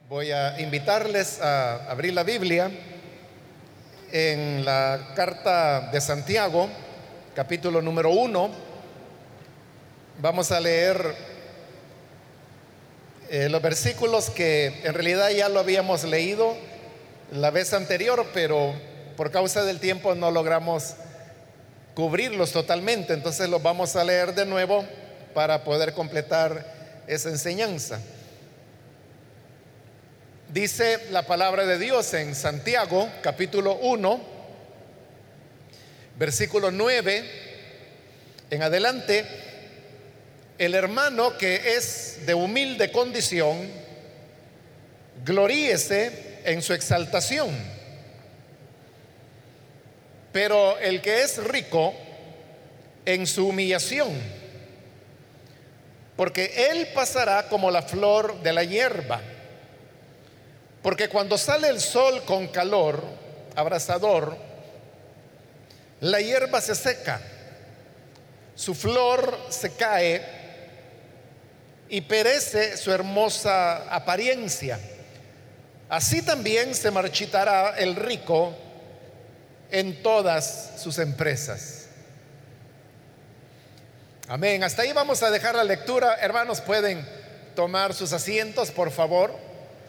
Voy a invitarles a abrir la Biblia en la carta de Santiago, capítulo número 1. Vamos a leer los versículos que en realidad ya lo habíamos leído la vez anterior, pero por causa del tiempo no logramos cubrirlos totalmente. Entonces los vamos a leer de nuevo para poder completar esa enseñanza. Dice la palabra de Dios en Santiago, capítulo 1, versículo 9 en adelante: el hermano que es de humilde condición, gloríese en su exaltación, pero el que es rico en su humillación, porque él pasará como la flor de la hierba. Porque cuando sale el sol con calor abrasador, la hierba se seca, su flor se cae y perece su hermosa apariencia. Así también se marchitará el rico en todas sus empresas. Amén. Hasta ahí vamos a dejar la lectura. Hermanos, pueden tomar sus asientos, por favor.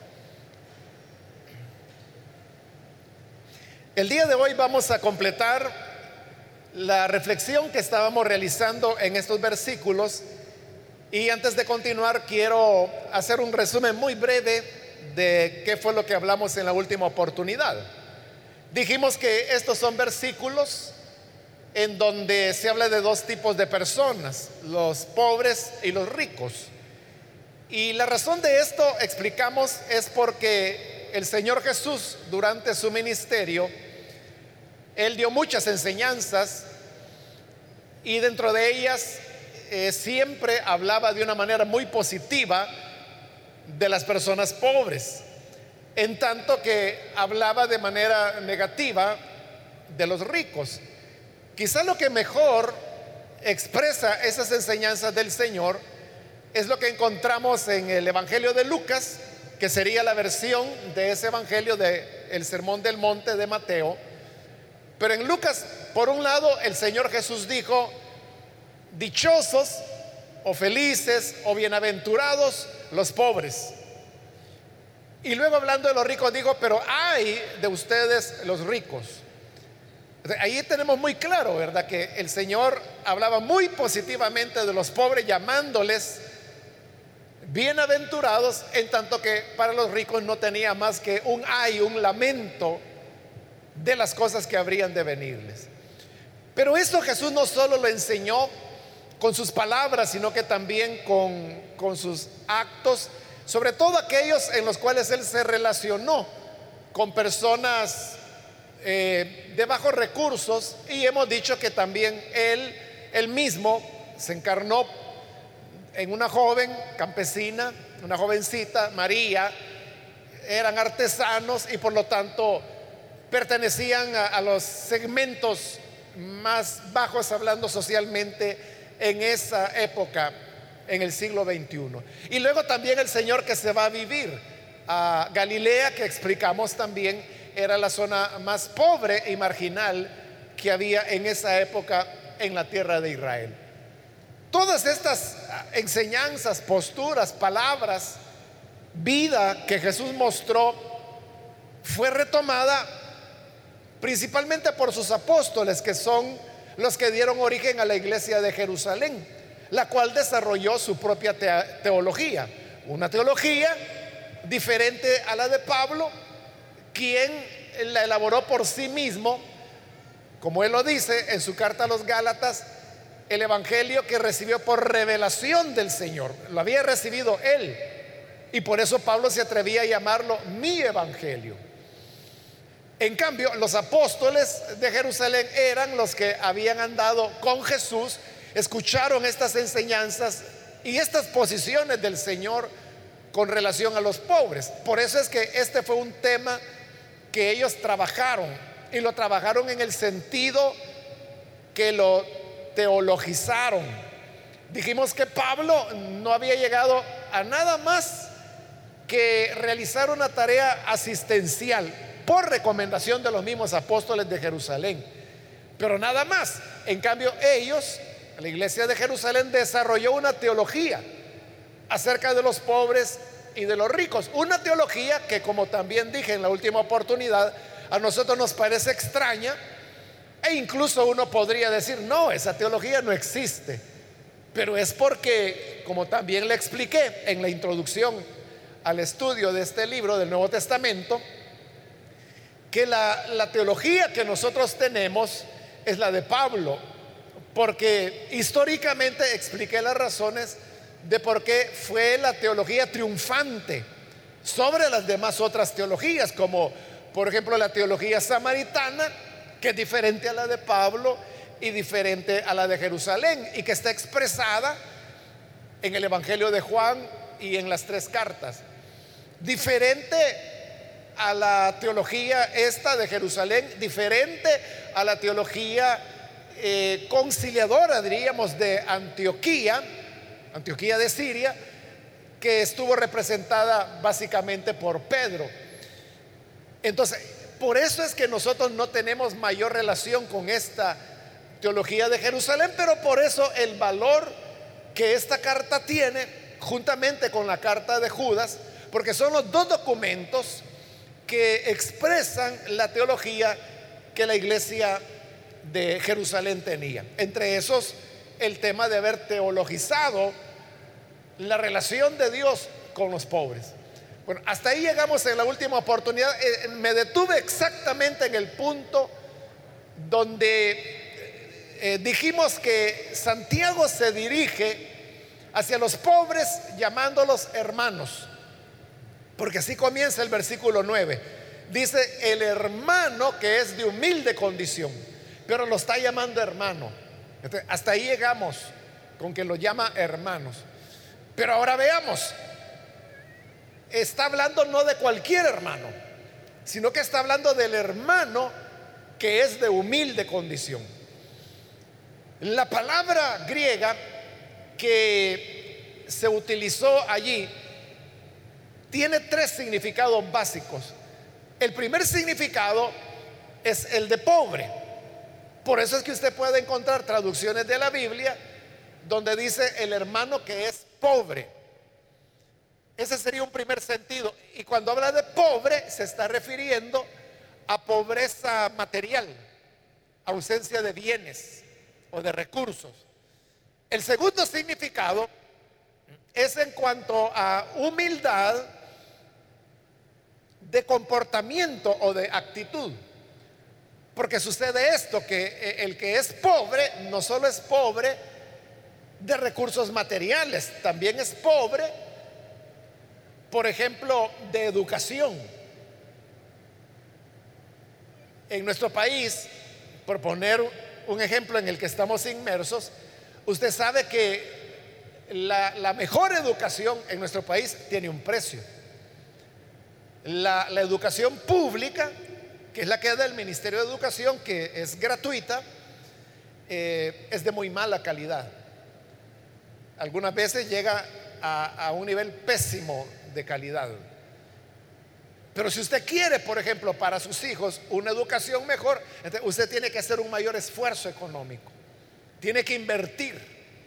El día de hoy vamos a completar la reflexión que estábamos realizando en estos versículos, y antes de continuar quiero hacer un resumen muy breve de qué fue lo que hablamos en la última oportunidad. Dijimos que estos son versículos en donde se habla de dos tipos de personas: los pobres y los ricos. Y la razón de esto, explicamos, es porque el Señor Jesús, durante su ministerio, Él dio muchas enseñanzas, y dentro de ellas siempre hablaba de una manera muy positiva de las personas pobres, en tanto que hablaba de manera negativa de los ricos. Quizá lo que mejor expresa esas enseñanzas del Señor es lo que encontramos en el Evangelio de Lucas, que sería la versión de ese Evangelio del Sermón del Monte de Mateo. Pero en Lucas, por un lado, el Señor Jesús dijo: dichosos o felices o bienaventurados los pobres. Y luego, hablando de los ricos, dijo: pero ay de ustedes los ricos. Ahí tenemos muy claro, ¿verdad?, que el Señor hablaba muy positivamente de los pobres, llamándoles bienaventurados, en tanto que para los ricos no tenía más que un ay, un lamento de las cosas que habrían de venirles. Pero esto Jesús no solo lo enseñó con sus palabras, sino que también con sus actos, sobre todo aquellos en los cuales Él se relacionó con personas de bajos recursos. Y hemos dicho que también Él mismo se encarnó en una joven campesina, una jovencita, María. Eran artesanos y por lo tanto pertenecían a los segmentos más bajos, hablando socialmente, en esa época, en el siglo XXI. Y luego también el Señor, que se va a vivir a Galilea, que explicamos también era la zona más pobre y marginal que había en esa época en la tierra de Israel. Todas estas enseñanzas, posturas, palabras, vida que Jesús mostró fue retomada principalmente por sus apóstoles, que son los que dieron origen a la iglesia de Jerusalén, la cual desarrolló su propia teología, una teología diferente a la de Pablo, quien la elaboró por sí mismo, como él lo dice en su carta a los Gálatas: el evangelio que recibió por revelación del Señor, lo había recibido él, y por eso Pablo se atrevía a llamarlo mi evangelio. En cambio, los apóstoles de Jerusalén eran los que habían andado con Jesús, escucharon estas enseñanzas y estas posiciones del Señor con relación a los pobres. Por eso es que este fue un tema que ellos trabajaron, y lo trabajaron en el sentido que lo teologizaron. Dijimos que Pablo no había llegado a nada más que realizar una tarea asistencial por recomendación de los mismos apóstoles de Jerusalén, pero nada más. En cambio, ellos, la iglesia de Jerusalén, desarrolló una teología acerca de los pobres y de los ricos. Una teología que, como también dije en la última oportunidad, a nosotros nos parece extraña, e incluso uno podría decir, no, esa teología no existe. Pero es porque, como también le expliqué en la introducción al estudio de este libro del Nuevo Testamento, que la teología que nosotros tenemos es la de Pablo, porque históricamente expliqué las razones de por qué fue la teología triunfante sobre las demás otras teologías, como por ejemplo la teología samaritana, que es diferente a la de Pablo y diferente a la de Jerusalén, y que está expresada en el Evangelio de Juan y en las 3 cartas. Diferente a la teología esta de Jerusalén, diferente a la teología conciliadora, diríamos, de Antioquía de Siria, que estuvo representada básicamente por Pedro. Entonces, por eso es que nosotros no tenemos mayor relación con esta teología de Jerusalén, pero por eso el valor que esta carta tiene, juntamente con la carta de Judas, porque son los 2 documentos que expresan la teología que la iglesia de Jerusalén tenía. Entre esos, el tema de haber teologizado la relación de Dios con los pobres. Bueno, hasta ahí llegamos en la última oportunidad. Me detuve exactamente en el punto donde dijimos que Santiago se dirige hacia los pobres llamándolos hermanos, porque así comienza el versículo 9. Dice: el hermano que es de humilde condición, pero lo está llamando hermano. Entonces, hasta ahí llegamos con que lo llama hermanos. Pero ahora veamos, está hablando no de cualquier hermano, sino que está hablando del hermano que es de humilde condición. La palabra griega que se utilizó allí tiene 3 significados básicos. El primer significado es el de pobre. Por eso es que usted puede encontrar traducciones de la Biblia donde dice el hermano que es pobre. Ese sería un primer sentido. Y cuando habla de pobre, se está refiriendo a pobreza material, ausencia de bienes o de recursos. El segundo significado es en cuanto a humildad de comportamiento o de actitud. Porque sucede esto, que el que es pobre no solo es pobre de recursos materiales, también es pobre, por ejemplo, de educación. En nuestro país, por poner un ejemplo en el que estamos inmersos, usted sabe que la mejor educación en nuestro país tiene un precio. La educación pública, que es la que da el Ministerio de Educación, que es gratuita, es de muy mala calidad. Algunas veces llega a un nivel pésimo de calidad. Pero si usted quiere, por ejemplo, para sus hijos una educación mejor, entonces usted tiene que hacer un mayor esfuerzo económico. Tiene que invertir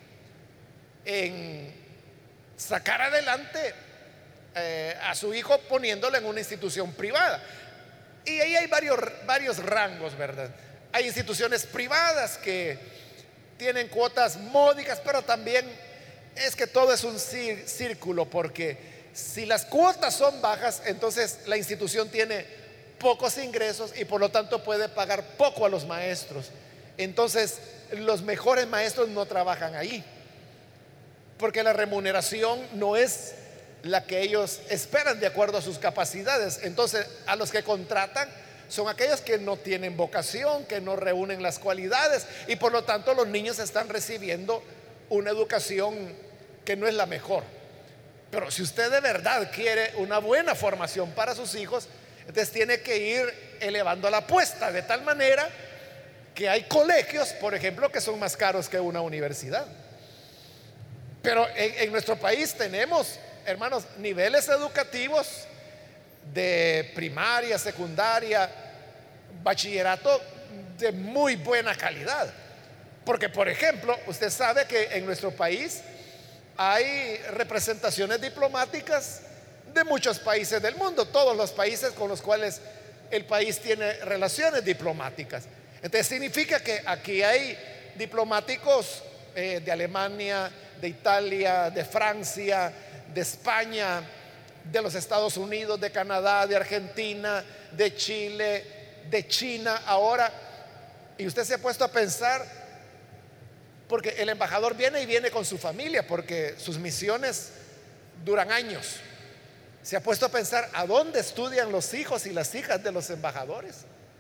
en sacar adelante a su hijo poniéndolo en una institución privada. Y ahí hay varios rangos, ¿verdad? Hay instituciones privadas que tienen cuotas módicas, pero también es que todo es un círculo, porque si las cuotas son bajas, entonces la institución tiene pocos ingresos y por lo tanto puede pagar poco a los maestros. Entonces los mejores maestros no trabajan ahí, porque la remuneración no es la que ellos esperan de acuerdo a sus capacidades. Entonces a los que contratan son aquellos que no tienen vocación, que no reúnen las cualidades, y por lo tanto los niños están recibiendo una educación que no es la mejor. Pero si usted de verdad quiere una buena formación para sus hijos, entonces tiene que ir elevando la apuesta, de tal manera que hay colegios, por ejemplo, que son más caros que una universidad. Pero en nuestro país tenemos hermanos, niveles educativos de primaria, secundaria, bachillerato de muy buena calidad. Porque, por ejemplo, usted sabe que en nuestro país hay representaciones diplomáticas de muchos países del mundo, todos los países con los cuales el país tiene relaciones diplomáticas. Entonces significa que aquí hay diplomáticos de Alemania, de Italia, de Francia, de España, de los Estados Unidos, de Canadá, de Argentina, de Chile, de China ahora. Y usted se ha puesto a pensar, porque el embajador viene y viene con su familia, porque sus misiones duran años. Se ha puesto a pensar a dónde estudian los hijos y las hijas de los embajadores.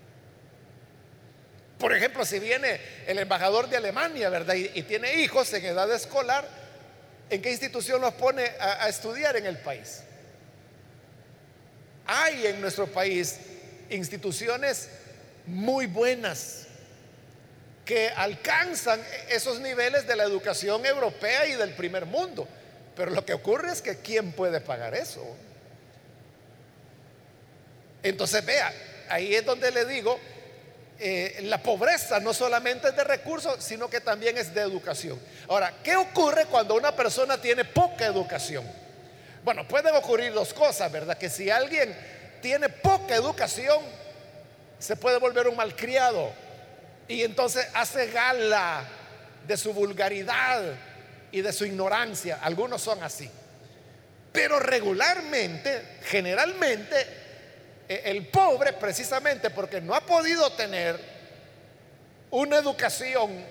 Por ejemplo, si viene el embajador de Alemania, ¿verdad? Y tiene hijos en edad escolar, ¿en qué institución los pone a estudiar en el país? Hay en nuestro país instituciones muy buenas que alcanzan esos niveles de la educación europea y del primer mundo. Pero lo que ocurre es que ¿quién puede pagar eso? Entonces vea, ahí es donde le digo, la pobreza no solamente es de recursos, sino que también es de educación. Ahora, ¿qué ocurre cuando una persona tiene poca educación? Bueno, pueden ocurrir dos cosas, ¿verdad? Que si alguien tiene poca educación, se puede volver un malcriado y entonces hace gala de su vulgaridad y de su ignorancia. Algunos son así. Pero regularmente, generalmente, el pobre, precisamente porque no ha podido tener una educación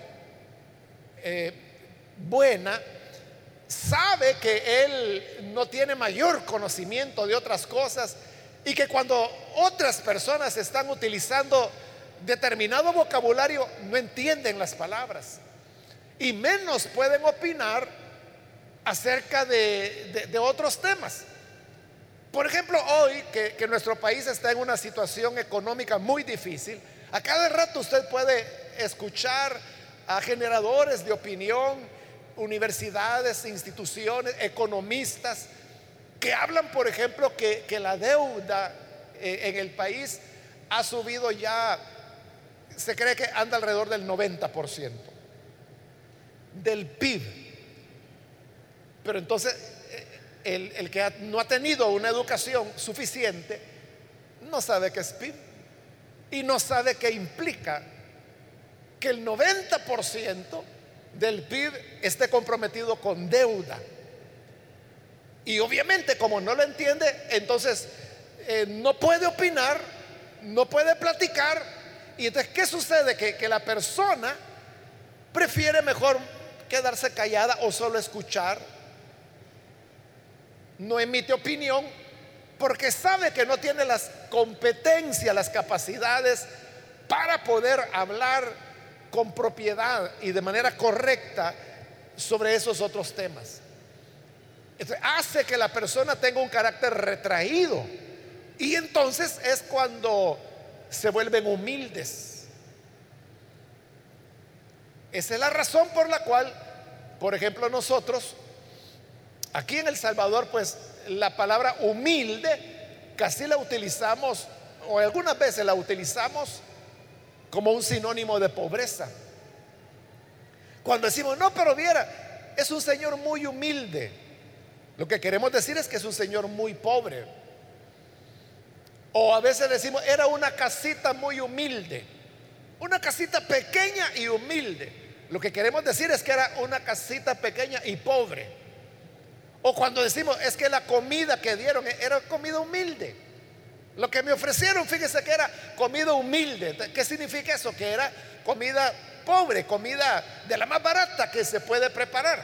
buena, sabe que él no tiene mayor conocimiento de otras cosas y que cuando otras personas están utilizando determinado vocabulario no entienden las palabras y menos pueden opinar acerca de otros temas. Por ejemplo, hoy que nuestro país está en una situación económica muy difícil, a cada rato usted puede escuchar a generadores de opinión, universidades, instituciones, economistas, que hablan, por ejemplo, que la deuda en el país ha subido ya, se cree que anda alrededor del 90% del PIB. Pero entonces el que no ha tenido una educación suficiente no sabe qué es PIB y no sabe qué implica que el 90% del PIB esté comprometido con deuda. Y obviamente como no lo entiende, entonces no puede opinar, no puede platicar. Y entonces, ¿qué sucede? Que la persona prefiere mejor quedarse callada o solo escuchar. No emite opinión porque sabe que no tiene las competencias, las capacidades para poder hablar con propiedad y de manera correcta sobre esos otros temas. Entonces, hace que la persona tenga un carácter retraído y entonces es cuando se vuelven humildes. Esa es la razón por la cual, por ejemplo, nosotros aquí en El Salvador, pues la palabra humilde casi la utilizamos, o algunas veces la utilizamos como un sinónimo de pobreza. Cuando decimos, no, pero viera, es un señor muy humilde, lo que queremos decir es que es un señor muy pobre. O a veces decimos, era una casita muy humilde, una casita pequeña y humilde. Lo que queremos decir es que era una casita pequeña y pobre. O cuando decimos, es que la comida que dieron era comida humilde. Lo que me ofrecieron, fíjese que era comida humilde. ¿Qué significa eso? Que era comida pobre, comida de la más barata que se puede preparar.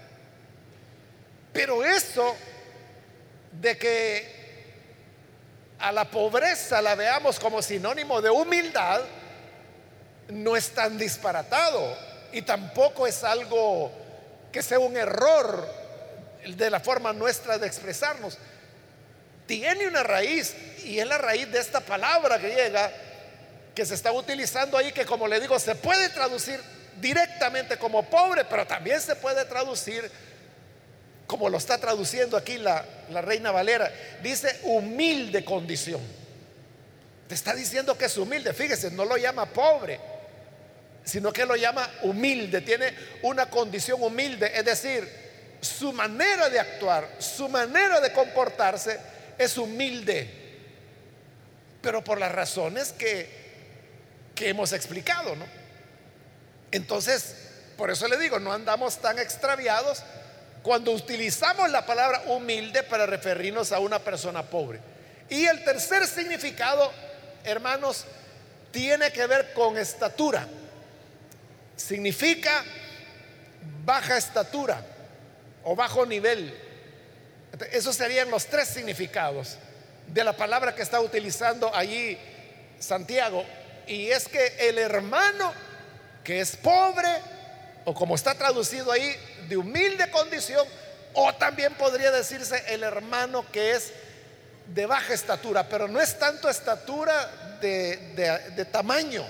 Pero eso de que a la pobreza la veamos como sinónimo de humildad no es tan disparatado y tampoco es algo que sea un error de la forma nuestra de expresarnos. Tiene una raíz y es la raíz de esta palabra griega que se está utilizando ahí, que como le digo se puede traducir directamente como pobre, pero también se puede traducir como lo está traduciendo aquí la Reina Valera, dice humilde condición. Te está diciendo que es humilde. Fíjese, no lo llama pobre, sino que lo llama humilde. Tiene una condición humilde, es decir, su manera de actuar, su manera de comportarse es humilde, pero por las razones que hemos explicado, ¿no? Entonces, por eso le digo, no andamos tan extraviados cuando utilizamos la palabra humilde para referirnos a una persona pobre. Y el tercer significado, hermanos, tiene que ver con estatura. Significa baja estatura o bajo nivel. Esos serían los tres significados de la palabra que está utilizando allí Santiago. Y es que el hermano que es pobre, o como está traducido ahí, de humilde condición, o también podría decirse el hermano que es de baja estatura, pero no es tanto estatura de tamaño.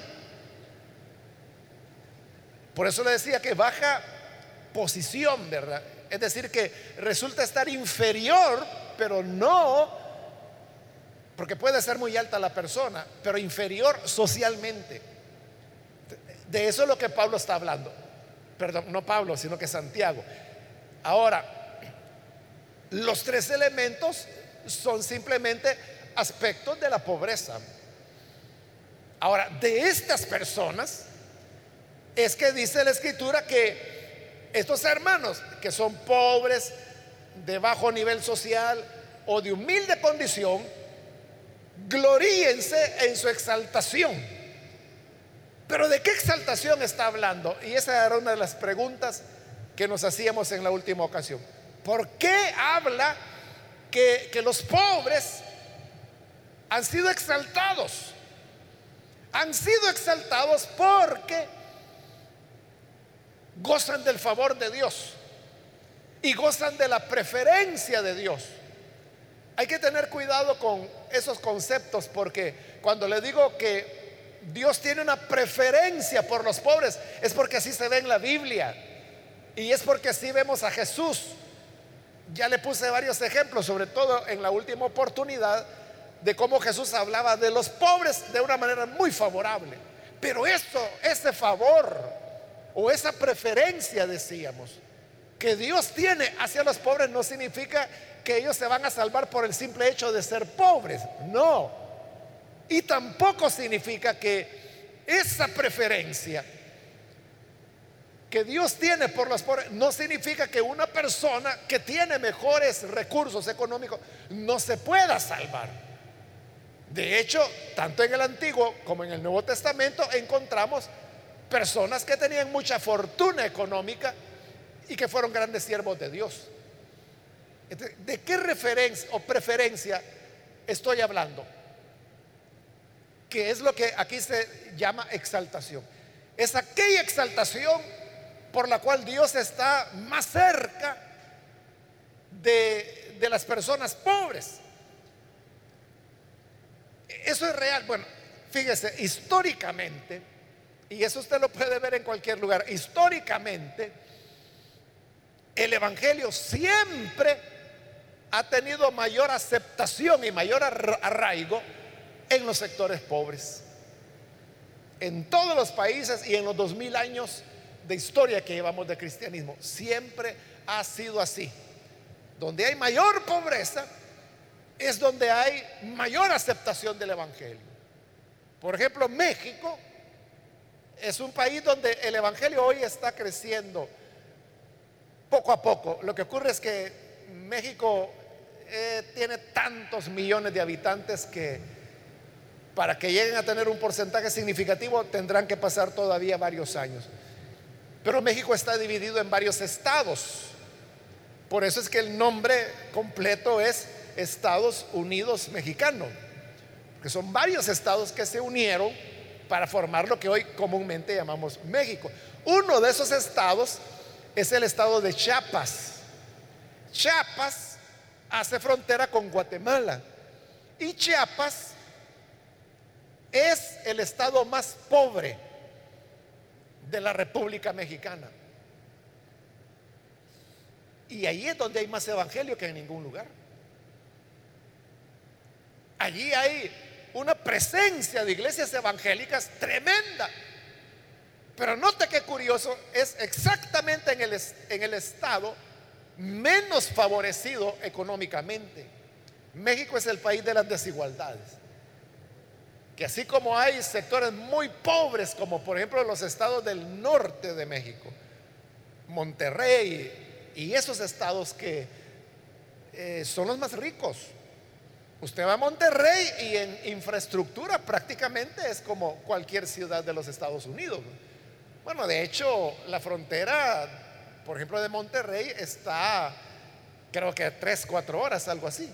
Por eso le decía que baja posición, ¿verdad? Es decir, que resulta estar inferior, pero no, porque puede ser muy alta la persona, pero inferior socialmente. De eso es lo que Pablo está hablando. Perdón, no Pablo, sino que Santiago. Ahora, los tres elementos son simplemente aspectos de la pobreza. Ahora, de estas personas es que dice la Escritura que estos hermanos que son pobres, de bajo nivel social o de humilde condición, gloríense en su exaltación. Pero ¿de qué exaltación está hablando? Y esa era una de las preguntas que nos hacíamos en la última ocasión. ¿Por qué habla que los pobres han sido exaltados? Han sido exaltados porque gozan del favor de Dios y gozan de la preferencia de Dios. Hay que tener cuidado con esos conceptos, porque cuando le digo que Dios tiene una preferencia por los pobres, es porque así se ve en la Biblia y es porque así vemos a Jesús. Ya le puse varios ejemplos, sobre todo en la última oportunidad, de cómo Jesús hablaba de los pobres de una manera muy favorable. Pero ese favor o esa preferencia, decíamos, que Dios tiene hacia los pobres, no significa que ellos se van a salvar por el simple hecho de ser pobres. No. Y tampoco significa que esa preferencia que Dios tiene por los pobres, no significa que una persona que tiene mejores recursos económicos no se pueda salvar. De hecho, tanto en el Antiguo como en el Nuevo Testamento encontramos personas que tenían mucha fortuna económica y que fueron grandes siervos de Dios. ¿De qué referencia o preferencia estoy hablando? Que es lo que aquí se llama exaltación. Es aquella exaltación por la cual Dios está más cerca de las personas pobres. Eso es real. Bueno, fíjese, históricamente, y eso usted lo puede ver en cualquier lugar, históricamente el Evangelio siempre ha tenido mayor aceptación y mayor arraigo en los sectores pobres. En todos los países y en los 2000 años de historia que llevamos de cristianismo, siempre ha sido así. Donde hay mayor pobreza es donde hay mayor aceptación del Evangelio. Por ejemplo, México es un país donde el Evangelio hoy está creciendo poco a poco. Lo que ocurre es que México tiene tantos millones de habitantes que para que lleguen a tener un porcentaje significativo tendrán que pasar todavía varios años. Pero México está dividido en varios estados. Por eso es que el nombre completo es Estados Unidos Mexicanos, que son varios estados que se unieron para formar lo que hoy comúnmente llamamos México. Uno de esos estados es el estado de Chiapas. Chiapas hace frontera con Guatemala y Chiapas es el estado más pobre de la República Mexicana. Y ahí es donde hay más evangelio que en ningún lugar. Allí hay una presencia de iglesias evangélicas tremenda. Pero note qué curioso, es exactamente en el estado menos favorecido económicamente. México es el país de las desigualdades. Que así como hay sectores muy pobres, como por ejemplo los estados del norte de México, Monterrey y esos estados que son los más ricos. Usted va a Monterrey y en infraestructura prácticamente es como cualquier ciudad de los Estados Unidos. Bueno, de hecho, la frontera, por ejemplo, de Monterrey está, creo que a 3, 4 horas, algo así.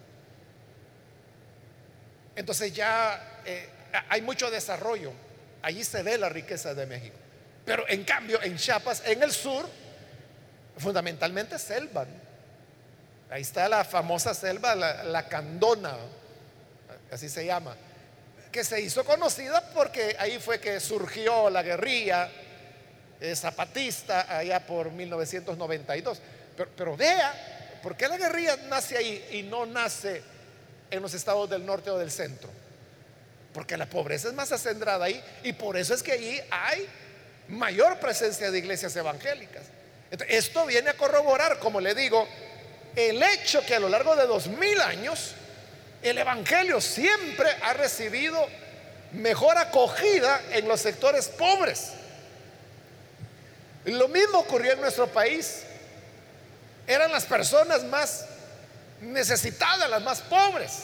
Entonces ya hay mucho desarrollo. Allí se ve la riqueza de México. Pero en cambio, en Chiapas, en el sur, fundamentalmente selva, ¿no? Ahí está la famosa selva, la Candona, así se llama, que se hizo conocida porque ahí fue que surgió la guerrilla zapatista allá por 1992. Pero vea, ¿por qué la guerrilla nace ahí y no nace en los estados del norte o del centro? Porque la pobreza es más acendrada ahí, y por eso es que allí hay mayor presencia de iglesias evangélicas. Entonces, esto viene a corroborar, como le digo, el hecho que a lo largo de 2000 años el evangelio siempre ha recibido mejor acogida en los sectores pobres. Lo mismo ocurrió en nuestro país. Eran las personas más necesitadas, las más pobres.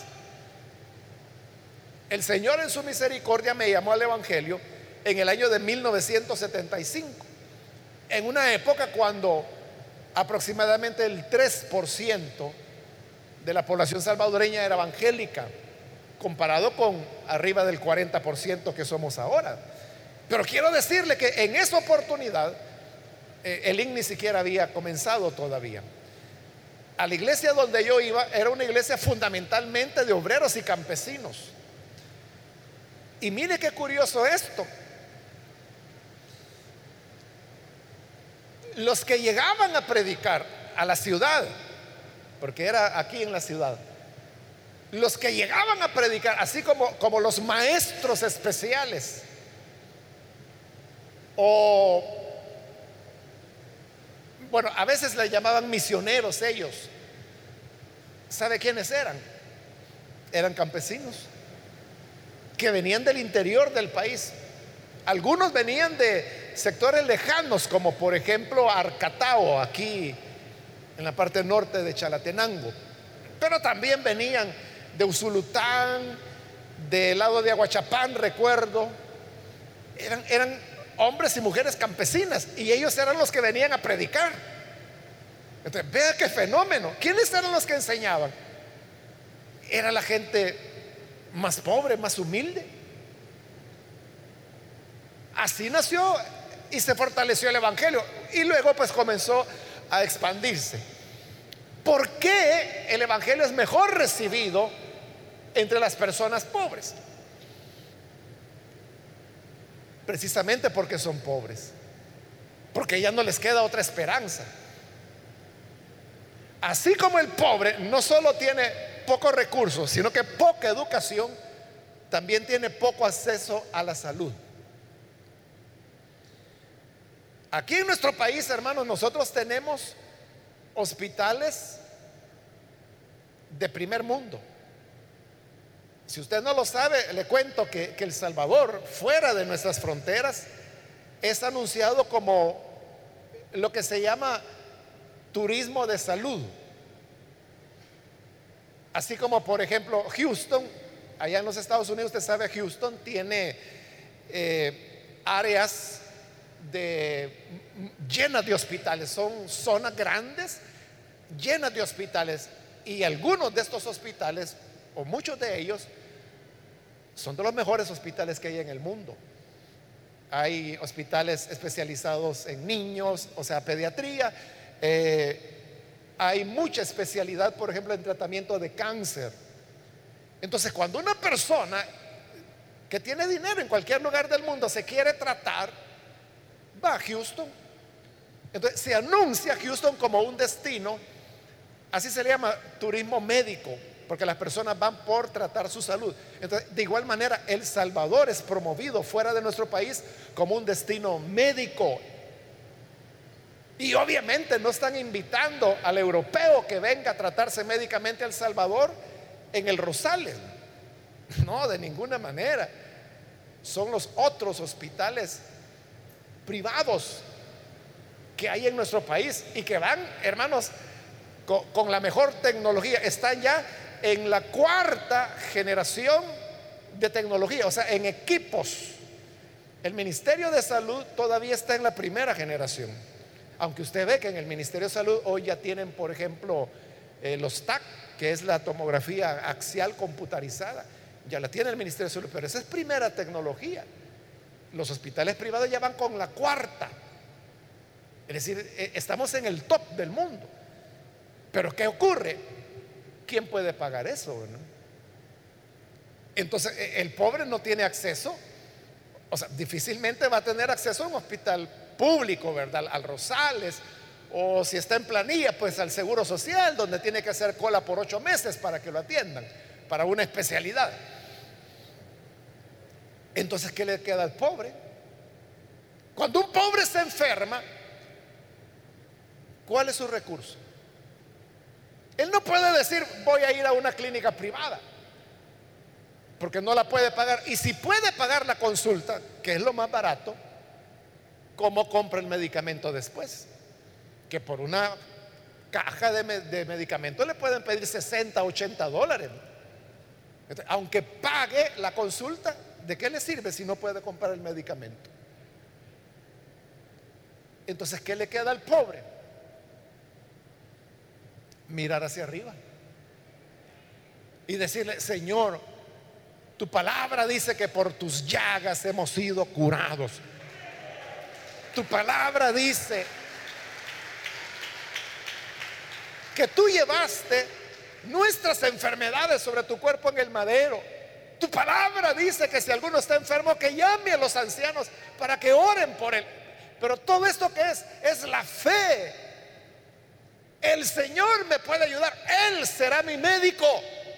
El Señor en su misericordia me llamó al evangelio en el año de 1975, en una época cuando aproximadamente el 3% de la población salvadoreña era evangélica, comparado con arriba del 40% que somos ahora. Pero quiero decirle que en esa oportunidad el IN ni siquiera había comenzado todavía. A la iglesia donde yo iba era una iglesia fundamentalmente de obreros y campesinos. Y mire qué curioso esto. Los que llegaban a predicar a la ciudad, porque era aquí en la ciudad, los que llegaban a predicar, así como los maestros especiales, o bueno, a veces le llamaban misioneros ellos. ¿Sabe quiénes eran? Eran campesinos que venían del interior del país. Algunos venían de sectores lejanos, como por ejemplo Arcatao, aquí en la parte norte de Chalatenango, pero también venían de Usulután, del lado de Aguachapán, recuerdo. Eran hombres y mujeres campesinas, y ellos eran los que venían a predicar. Entonces, vea qué fenómeno. ¿Quiénes eran los que enseñaban? Era la gente más pobre, más humilde. Así nació y se fortaleció el evangelio, y luego pues comenzó a expandirse. ¿Por qué el evangelio es mejor recibido entre las personas pobres? Precisamente porque son pobres, porque ya no les queda otra esperanza. Así como el pobre no solo tiene pocos recursos, sino que poca educación, también tiene poco acceso a la salud. Aquí en nuestro país, hermanos, nosotros tenemos hospitales de primer mundo. Si usted no lo sabe, le cuento que El Salvador, fuera de nuestras fronteras, es anunciado como lo que se llama turismo de salud. Así como por ejemplo Houston, allá en los Estados Unidos, usted sabe, Houston tiene áreas llenas de hospitales, son zonas grandes llenas de hospitales, y algunos de estos hospitales, o muchos de ellos, son de los mejores hospitales que hay en el mundo. Hay hospitales especializados en niños, o sea, pediatría. Hay mucha especialidad, por ejemplo, en tratamiento de cáncer. Entonces, cuando una persona que tiene dinero en cualquier lugar del mundo se quiere tratar, va a Houston. Entonces se anuncia Houston como un destino, así se le llama turismo médico, porque las personas van por tratar su salud. Entonces, de igual manera, El Salvador es promovido fuera de nuestro país como un destino médico. Y obviamente no están invitando al europeo que venga a tratarse médicamente a El Salvador en el Rosales. No, de ninguna manera. Son los otros hospitales privados que hay en nuestro país y que van, hermanos, con la mejor tecnología. Están ya en la cuarta generación de tecnología, o sea, en equipos. El Ministerio de Salud todavía está en la primera generación, aunque usted ve que en el Ministerio de Salud hoy ya tienen, por ejemplo, los TAC, que es la tomografía axial computarizada, ya la tiene el Ministerio de Salud, pero esa es primera tecnología. Los hospitales privados ya van con la cuarta, es decir, estamos en el top del mundo. Pero ¿qué ocurre? ¿Quién puede pagar eso, no? Entonces el pobre no tiene acceso, o sea, difícilmente va a tener acceso a un hospital público, ¿verdad? Al Rosales, o si está en planilla, pues al Seguro Social, donde tiene que hacer cola por 8 meses para que lo atiendan, para una especialidad. Entonces, ¿qué le queda al pobre? Cuando un pobre se enferma, ¿cuál es su recurso? Él no puede decir voy a ir a una clínica privada, porque no la puede pagar. Y si puede pagar la consulta, que es lo más barato, ¿cómo compra el medicamento después? Que por una caja de medicamentos le pueden pedir 60, 80 dólares. Entonces, aunque pague la consulta, ¿de qué le sirve si no puede comprar el medicamento? Entonces, ¿qué le queda al pobre? Mirar hacia arriba y decirle: Señor, tu palabra dice que por tus llagas hemos sido curados. Tu palabra dice que tú llevaste nuestras enfermedades sobre tu cuerpo en el madero. Tu palabra dice que si alguno está enfermo, que llame a los ancianos para que oren por él. Pero todo esto que es la fe. El Señor me puede ayudar, Él será mi médico.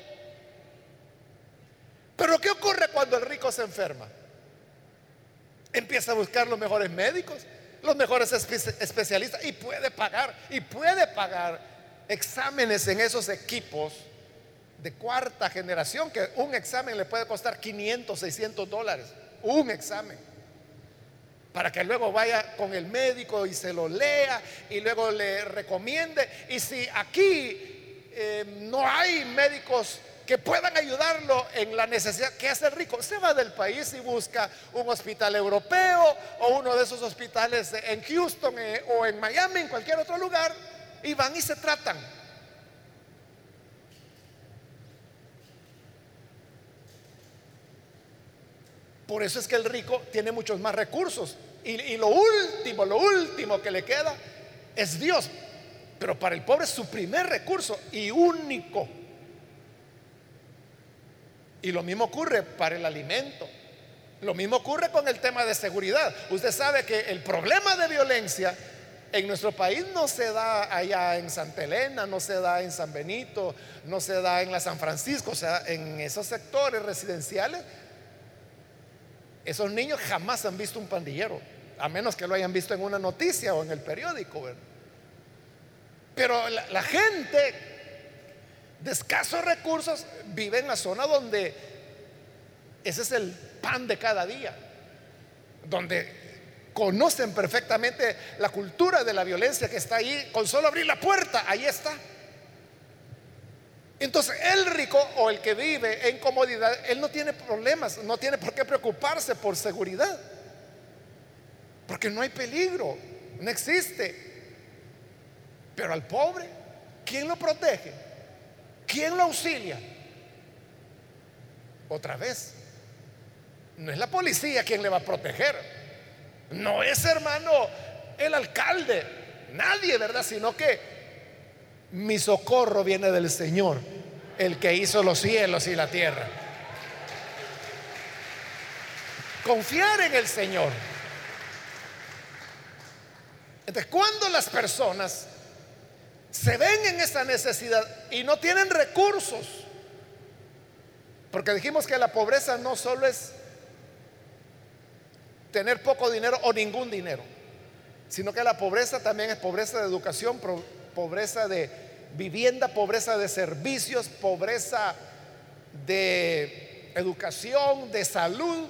Pero ¿qué ocurre cuando el rico se enferma? Empieza a buscar los mejores médicos, los mejores especialistas, y puede pagar exámenes en esos equipos de cuarta generación, que un examen le puede costar 500, 600 dólares, un examen, para que luego vaya con el médico y se lo lea y luego le recomiende. Y si aquí no hay médicos que puedan ayudarlo en la necesidad, ¿qué hace el rico? Se va del país y busca un hospital europeo o uno de esos hospitales en Houston o en Miami, en cualquier otro lugar, y van y se tratan. Por eso es que el rico tiene muchos más recursos y lo último que le queda es Dios. Pero para el pobre es su primer recurso y único. Y lo mismo ocurre para el alimento. Lo mismo ocurre con el tema de seguridad. Usted sabe que el problema de violencia en nuestro país no se da allá en Santa Elena, no se da en San Benito, no se da en la San Francisco. O sea, en esos sectores residenciales, esos niños jamás han visto un pandillero, a menos que lo hayan visto en una noticia o en el periódico, ¿verdad? Pero la gente de escasos recursos vive en la zona donde ese es el pan de cada día, donde conocen perfectamente la cultura de la violencia que está ahí. Con solo abrir la puerta, ahí está. Entonces el rico o el que vive en comodidad, él no tiene problemas, no tiene por qué preocuparse por seguridad, porque no hay peligro, no existe. Pero al pobre, ¿quién lo protege? ¿Quién lo auxilia? Otra vez, no es la policía quien le va a proteger, no es, hermano, el alcalde, nadie, ¿verdad? Sino que mi socorro viene del Señor, el que hizo los cielos y la tierra. Confiar en el Señor. Entonces, cuando las personas se ven en esa necesidad y no tienen recursos, porque dijimos que la pobreza no solo es tener poco dinero o ningún dinero, sino que la pobreza también es pobreza de educación, pobreza de vivienda, pobreza de servicios, pobreza de educación, de salud.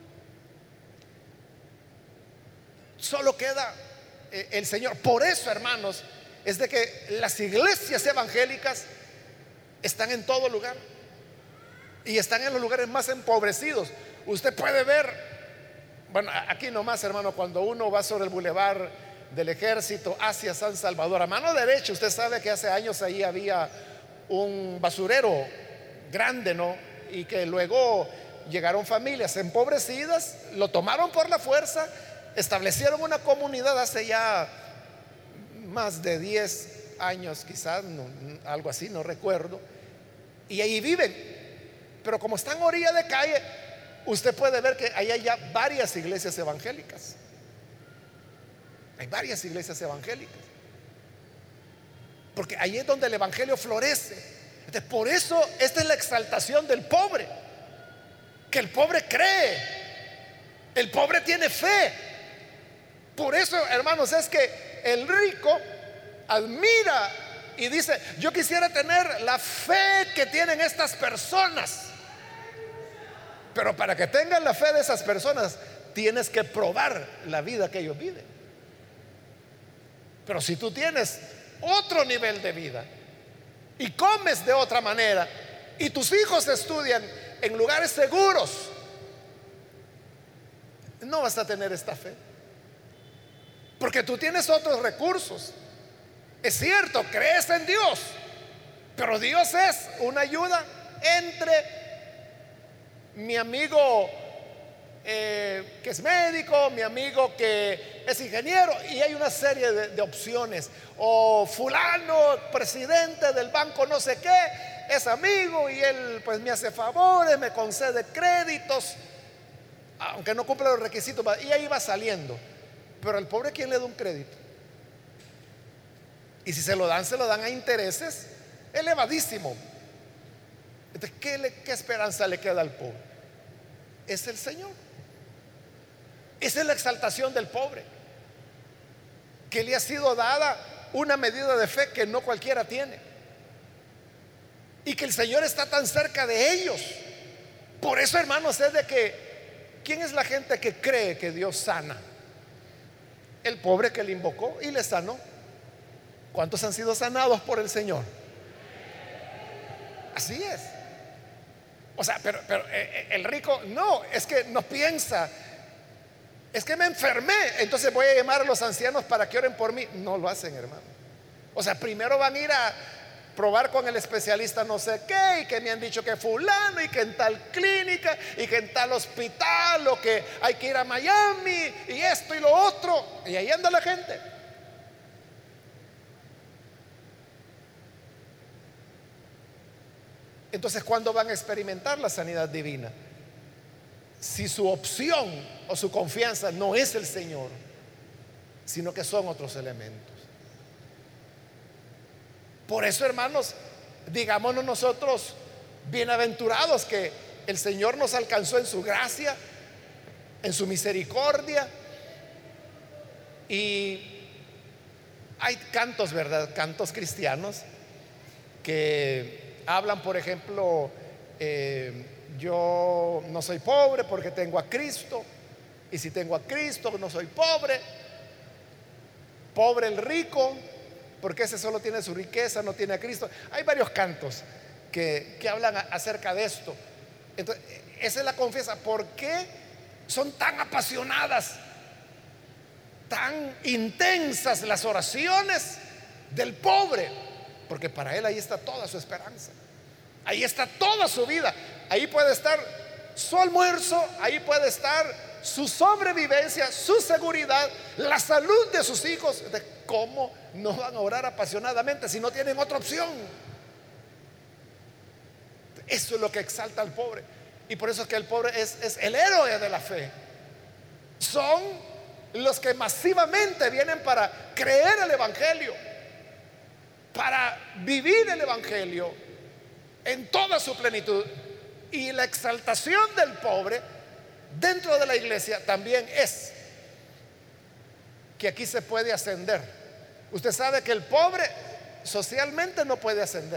Solo queda el Señor. Por eso, hermanos, es de que las iglesias evangélicas están en todo lugar y están en los lugares más empobrecidos. Usted puede ver, bueno, aquí nomás, hermano, cuando uno va sobre el bulevar del Ejército hacia San Salvador, a mano derecha, usted sabe que hace años ahí había un basurero grande, ¿no? Y que luego llegaron familias empobrecidas, lo tomaron por la fuerza, establecieron una comunidad hace ya más de 10 años, quizás, algo así, no recuerdo, y ahí viven. Pero como están a orilla de calle, usted puede ver que ahí hay ya varias iglesias evangélicas. Hay varias iglesias evangélicas, porque ahí es donde el evangelio florece. Entonces, por eso esta es la exaltación del pobre, que el pobre cree, el pobre tiene fe. Por eso, hermanos, es que el rico admira y dice: yo quisiera tener la fe que tienen estas personas. Pero para que tengan la fe de esas personas, tienes que probar la vida que ellos viven. Pero si tú tienes otro nivel de vida y comes de otra manera, y tus hijos estudian en lugares seguros, no vas a tener esta fe, porque tú tienes otros recursos. Es cierto, crees en Dios, pero Dios es una ayuda entre mi amigo que es médico, mi amigo que es ingeniero, y hay una serie de opciones. O fulano, presidente del banco no sé qué, es amigo y él pues me hace favores, me concede créditos, aunque no cumple los requisitos, y ahí va saliendo. Pero al pobre, ¿quién le da un crédito? Y si se lo dan a intereses elevadísimos. Entonces, ¿qué esperanza le queda al pobre? Es el Señor. Esa es la exaltación del pobre, que le ha sido dada una medida de fe que no cualquiera tiene, y que el Señor está tan cerca de ellos. Por eso, hermanos, es de que ¿quién es la gente que cree que Dios sana? El pobre que le invocó y le sanó. ¿Cuántos han sido sanados por el Señor? Así es. O sea, pero el rico no, es que no piensa, es que me enfermé, entonces voy a llamar a los ancianos para que oren por mí. No lo hacen, hermano. O sea, primero van a ir a probar con el especialista no sé qué, y que me han dicho que fulano, y que en tal clínica, y que en tal hospital, o que hay que ir a Miami, y esto y lo otro, y ahí anda la gente. Entonces, ¿cuándo van a experimentar la sanidad divina? Si su opción o su confianza no es el Señor, sino que son otros elementos. Por eso, hermanos, digámonos nosotros bienaventurados que el Señor nos alcanzó en su gracia, en su misericordia. Y hay cantos, ¿verdad? Cantos cristianos que hablan, por ejemplo, yo no soy pobre porque tengo a Cristo, y si tengo a Cristo no soy pobre. Pobre el rico porque ese solo tiene su riqueza, no tiene a Cristo. Hay varios cantos que hablan acerca de esto. Entonces, esa es la confianza. ¿Por qué son tan apasionadas, tan intensas las oraciones del pobre? Porque para él ahí está toda su esperanza, ahí está toda su vida, ahí puede estar su almuerzo, ahí puede estar su sobrevivencia, su seguridad, la salud de sus hijos. ¿Cómo no van a orar apasionadamente si no tienen otra opción? Eso es lo que exalta al pobre, y por eso es que el pobre es el héroe de la fe. Son los que masivamente vienen para creer el Evangelio, para vivir el Evangelio en toda su plenitud. Y la exaltación del pobre dentro de la iglesia también es que aquí se puede ascender. Usted sabe que el pobre socialmente no puede ascender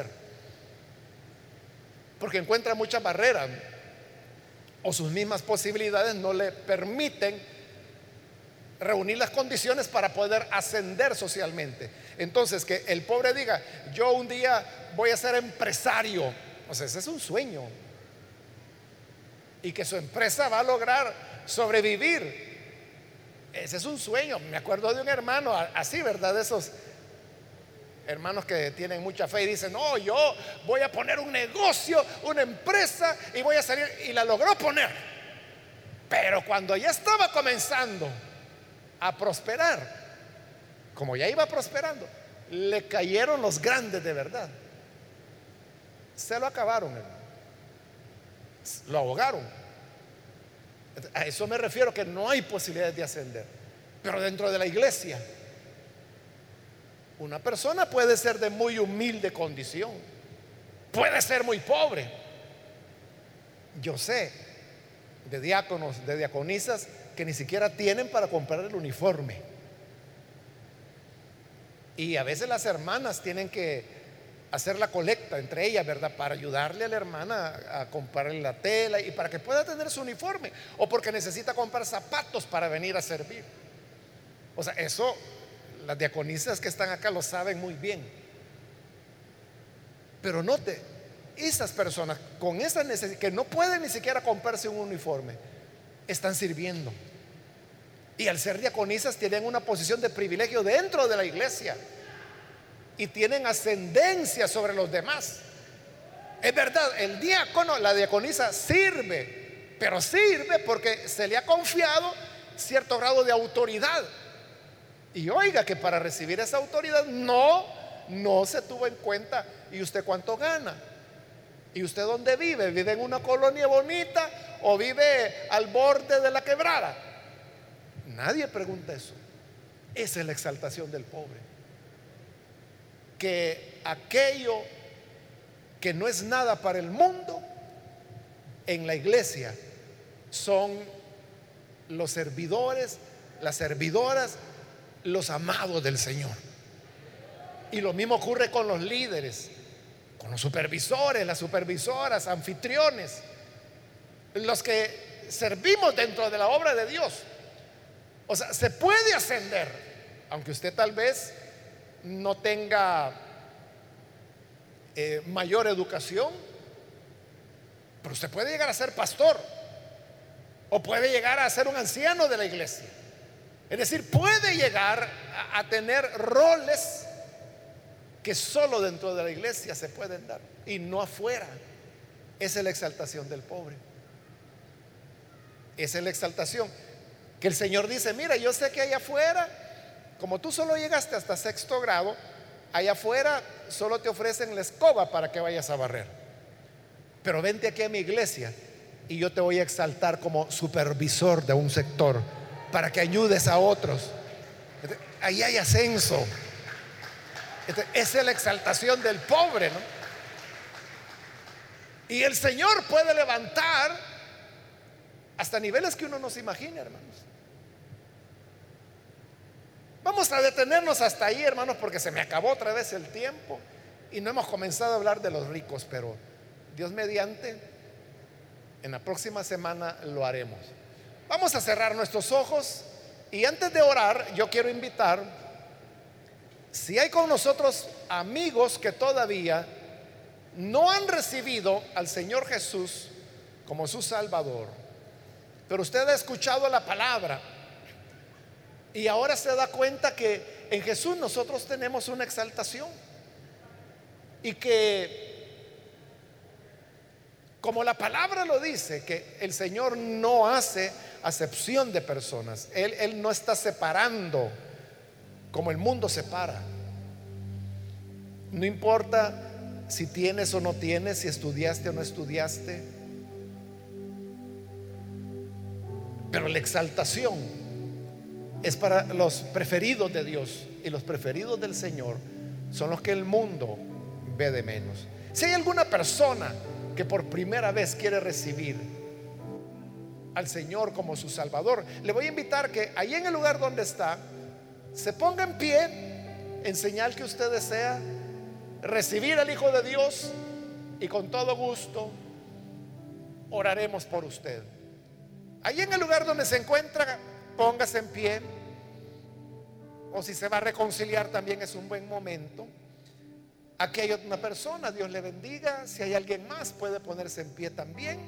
porque encuentra muchas barreras o sus mismas posibilidades no le permiten reunir las condiciones para poder ascender socialmente. Entonces, que el pobre diga: yo un día voy a ser empresario, o sea, ese es un sueño, y que su empresa va a lograr sobrevivir, ese es un sueño. Me acuerdo de un hermano así, ¿verdad? De esos hermanos que tienen mucha fe y dicen: no, yo voy a poner un negocio, una empresa, y voy a salir, y la logró poner. Pero cuando ya estaba comenzando a prosperar, como ya iba prosperando, le cayeron los grandes de verdad, se lo acabaron, hermano. Lo ahogaron. A eso me refiero, que no hay posibilidades de ascender. Pero dentro de la iglesia, una persona puede ser de muy humilde condición, puede ser muy pobre. Yo sé de diáconos, de diaconisas que ni siquiera tienen para comprar el uniforme, y a veces las hermanas tienen que hacer la colecta entre ellas, ¿verdad? Para ayudarle a la hermana a comprarle la tela y para que pueda tener su uniforme, o porque necesita comprar zapatos para venir a servir. O sea, eso las diaconisas que están acá lo saben muy bien. Pero note, esas personas con esa necesidad, que no pueden ni siquiera comprarse un uniforme, están sirviendo. Y al ser diaconisas tienen una posición de privilegio dentro de la iglesia y tienen ascendencia sobre los demás. Es verdad, el diácono, la diaconisa sirve, pero sirve porque se le ha confiado cierto grado de autoridad. Y oiga que para recibir esa autoridad no se tuvo en cuenta: ¿y usted cuánto gana? ¿Y usted dónde vive? ¿Vive en una colonia bonita o vive al borde de la quebrada? Nadie pregunta eso. Esa es la exaltación del pobre, que aquello que no es nada para el mundo, en la iglesia son los servidores, las servidoras, los amados del Señor. Y lo mismo ocurre con los líderes, con los supervisores, las supervisoras, anfitriones, los que servimos dentro de la obra de Dios. O sea, se puede ascender, aunque usted tal vez no tenga mayor educación, pero usted puede llegar a ser pastor, o puede llegar a ser un anciano de la iglesia. Es decir, puede llegar a tener roles que solo dentro de la iglesia se pueden dar y no afuera. Esa es la exaltación del pobre. Esa es la exaltación que el Señor dice: mira, yo sé que allá afuera, como tú solo llegaste hasta sexto grado, allá afuera solo te ofrecen la escoba para que vayas a barrer, pero vente aquí a mi iglesia y yo te voy a exaltar como supervisor de un sector para que ayudes a otros. Ahí hay ascenso. Esa es la exaltación del pobre, ¿no? Y el Señor puede levantar hasta niveles que uno no se imagina, hermanos. Vamos a detenernos hasta ahí, hermanos, porque se me acabó otra vez el tiempo y no hemos comenzado a hablar de los ricos, pero Dios mediante, en la próxima semana lo haremos. Vamos a cerrar nuestros ojos y antes de orar, yo quiero invitar, si hay con nosotros amigos que todavía no han recibido al Señor Jesús como su Salvador, pero usted ha escuchado la palabra y ahora se da cuenta que en Jesús nosotros tenemos una exaltación, y que, como la palabra lo dice, que el Señor no hace acepción de personas. Él no está separando como el mundo separa. No importa si tienes o no tienes, si estudiaste o no estudiaste, pero la exaltación es para los preferidos de Dios, y los preferidos del Señor son los que el mundo ve de menos. Si hay alguna persona que por primera vez quiere recibir al Señor como su Salvador, le voy a invitar que ahí en el lugar donde está se ponga en pie en señal que usted desea recibir al Hijo de Dios, y con todo gusto oraremos por usted. Ahí en el lugar donde se encuentra, póngase en pie, o si se va a reconciliar también es un buen momento. Aquí hay una persona, Dios le bendiga. Si hay alguien más, puede ponerse en pie también.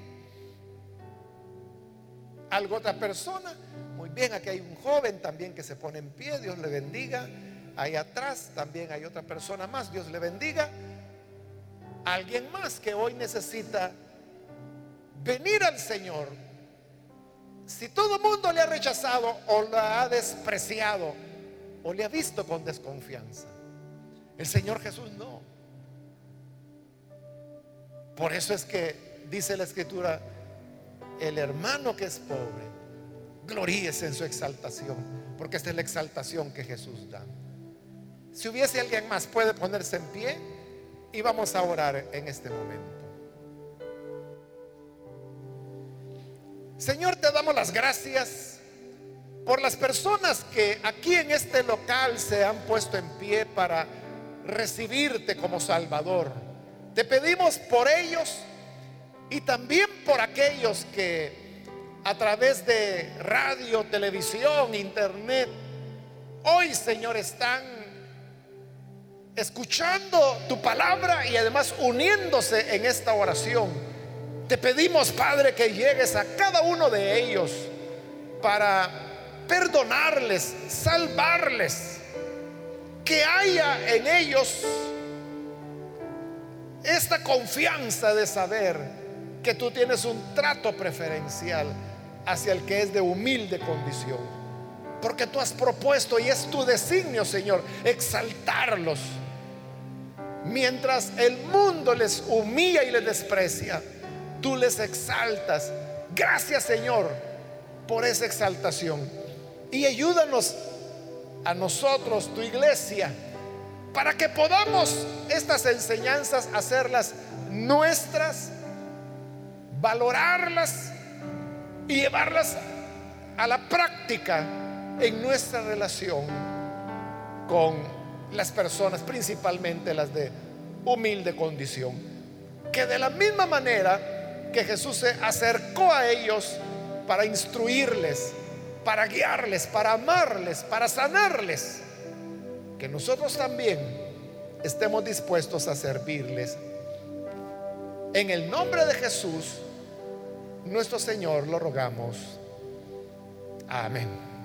¿Algo otra persona? Muy bien, aquí hay un joven también que se pone en pie, Dios le bendiga. Ahí atrás también hay otra persona más, Dios le bendiga. Alguien más que hoy necesita venir al Señor. Si todo el mundo le ha rechazado o la ha despreciado o le ha visto con desconfianza, el Señor Jesús no. Por eso es que dice la Escritura: el hermano que es pobre, gloríese en su exaltación, porque esta es la exaltación que Jesús da. Si hubiese alguien más, puede ponerse en pie y vamos a orar en este momento. Señor, te damos las gracias por las personas que aquí en este local se han puesto en pie para recibirte como Salvador. Te pedimos por ellos y también por aquellos que a través de radio, televisión, internet, hoy, Señor, están escuchando tu palabra y además uniéndose en esta oración. Te pedimos, Padre, que llegues a cada uno de ellos para perdonarles, salvarles, que haya en ellos esta confianza de saber que tú tienes un trato preferencial hacia el que es de humilde condición, porque tú has propuesto, y es tu designio, Señor, exaltarlos. Mientras el mundo les humilla y les desprecia, tú les exaltas. Gracias, Señor, por esa exaltación. Y ayúdanos a nosotros, tu iglesia, para que podamos estas enseñanzas hacerlas nuestras, valorarlas y llevarlas a la práctica en nuestra relación con las personas, principalmente las de humilde condición. Que de la misma manera que Jesús se acercó a ellos para instruirles, para guiarles, para amarles, para sanarles, que nosotros también estemos dispuestos a servirles. En el nombre de Jesús, nuestro Señor, lo rogamos. Amén.